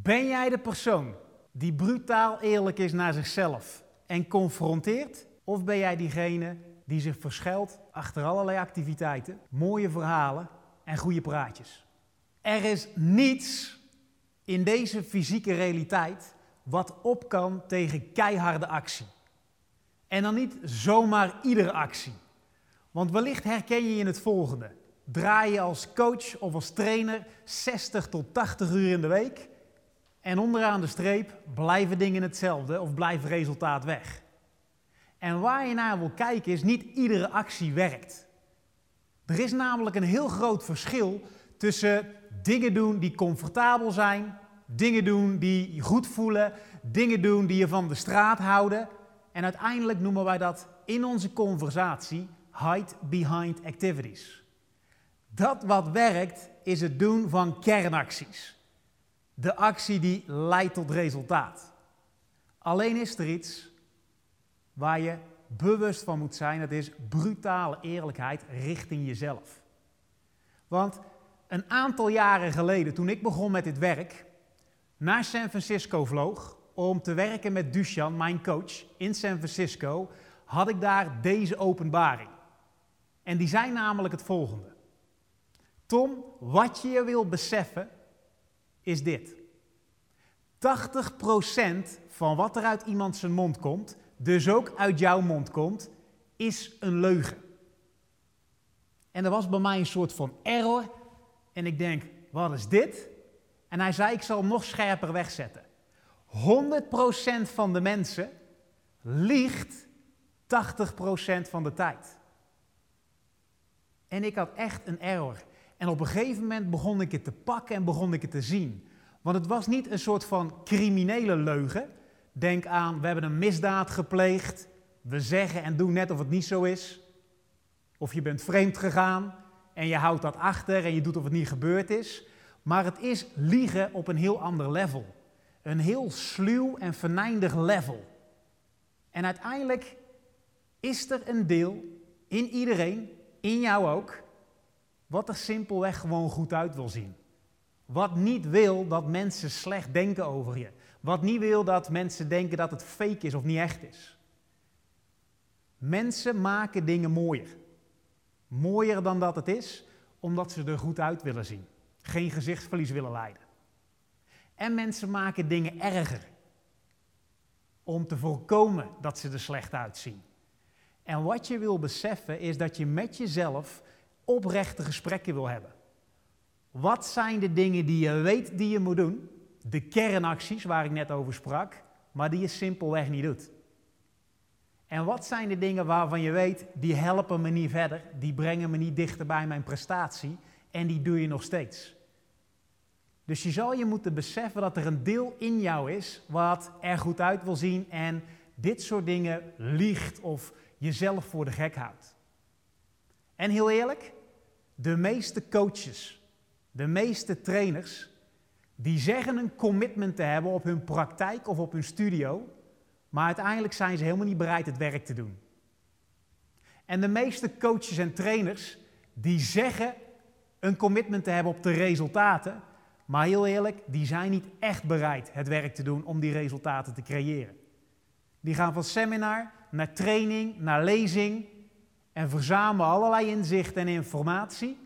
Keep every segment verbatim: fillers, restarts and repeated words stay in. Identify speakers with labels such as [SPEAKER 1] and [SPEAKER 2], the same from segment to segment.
[SPEAKER 1] Ben jij de persoon die brutaal eerlijk is naar zichzelf en confronteert? Of ben jij diegene die zich verschuilt achter allerlei activiteiten, mooie verhalen en goede praatjes? Er is niets in deze fysieke realiteit wat op kan tegen keiharde actie. En dan niet zomaar iedere actie. Want wellicht herken je je in het volgende. Draai je als coach of als trainer zestig tot tachtig uur in de week en onderaan de streep blijven dingen hetzelfde of blijft resultaat weg. En waar je naar wil kijken is niet iedere actie werkt. Er is namelijk een heel groot verschil tussen dingen doen die comfortabel zijn, dingen doen die je goed voelen, dingen doen die je van de straat houden. En uiteindelijk noemen wij dat in onze conversatie hide behind activities. Dat wat werkt is het doen van kernacties. De actie die leidt tot resultaat. Alleen is er iets waar je bewust van moet zijn. Dat is brutale eerlijkheid richting jezelf. Want een aantal jaren geleden, toen ik begon met dit werk, naar San Francisco vloog om te werken met Dushan, mijn coach, in San Francisco, had ik daar deze openbaring. En die zei namelijk het volgende. Tom, wat je wil beseffen is dit. tachtig procent van wat er uit iemand zijn mond komt, dus ook uit jouw mond komt, is een leugen. En er was bij mij een soort van error. En ik denk, wat is dit? En hij zei, ik zal hem nog scherper wegzetten. honderd procent van de mensen liegt tachtig procent van de tijd. En ik had echt een error. En op een gegeven moment begon ik het te pakken en begon ik het te zien. Want het was niet een soort van criminele leugen. Denk aan, we hebben een misdaad gepleegd. We zeggen en doen net of het niet zo is. Of je bent vreemd gegaan en je houdt dat achter en je doet of het niet gebeurd is. Maar het is liegen op een heel ander level. Een heel sluw en venijndig level. En uiteindelijk is er een deel in iedereen, in jou ook, wat er simpelweg gewoon goed uit wil zien. Wat niet wil dat mensen slecht denken over je. Wat niet wil dat mensen denken dat het fake is of niet echt is. Mensen maken dingen mooier. Mooier dan dat het is, omdat ze er goed uit willen zien. Geen gezichtsverlies willen lijden. En mensen maken dingen erger. Om te voorkomen dat ze er slecht uitzien. En wat je wil beseffen is dat je met jezelf oprechte gesprekken wil hebben. Wat zijn de dingen die je weet die je moet doen? De kernacties waar ik net over sprak, maar die je simpelweg niet doet. En wat zijn de dingen waarvan je weet, die helpen me niet verder, die brengen me niet dichter bij mijn prestatie en die doe je nog steeds. Dus je zal je moeten beseffen dat er een deel in jou is wat er goed uit wil zien en dit soort dingen liegt of jezelf voor de gek houdt. En heel eerlijk, de meeste coaches, de meeste trainers, die zeggen een commitment te hebben op hun praktijk of op hun studio, maar uiteindelijk zijn ze helemaal niet bereid het werk te doen. En de meeste coaches en trainers, die zeggen een commitment te hebben op de resultaten, maar heel eerlijk, die zijn niet echt bereid het werk te doen om die resultaten te creëren. Die gaan van seminar naar training, naar lezing en verzamelen allerlei inzichten en informatie.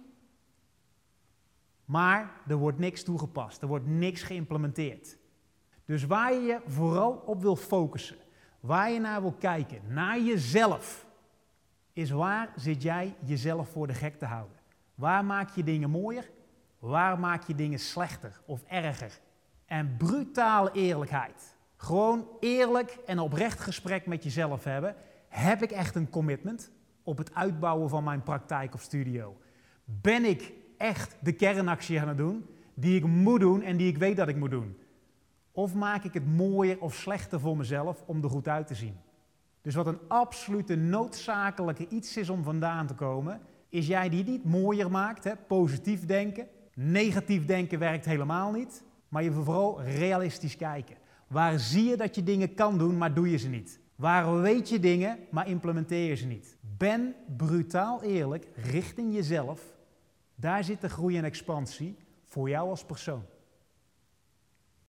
[SPEAKER 1] Maar er wordt niks toegepast, er wordt niks geïmplementeerd. Dus waar je je vooral op wil focussen, waar je naar wil kijken, naar jezelf, is waar zit jij jezelf voor de gek te houden? Waar maak je dingen mooier? Waar maak je dingen slechter of erger? En brutale eerlijkheid. Gewoon eerlijk en oprecht gesprek met jezelf hebben. Heb ik echt een commitment op het uitbouwen van mijn praktijk of studio? Ben ik echt de kernactie aan het doen die ik moet doen en die ik weet dat ik moet doen? Of maak ik het mooier of slechter voor mezelf om er goed uit te zien? Dus wat een absolute noodzakelijke iets is om vandaan te komen, is jij die niet mooier maakt, hè? Positief denken. Negatief denken werkt helemaal niet, maar je wil vooral realistisch kijken. Waar zie je dat je dingen kan doen, maar doe je ze niet? Waar weet je dingen, maar implementeer je ze niet? Ben brutaal eerlijk richting jezelf. Daar zit de groei en expansie voor jou als persoon.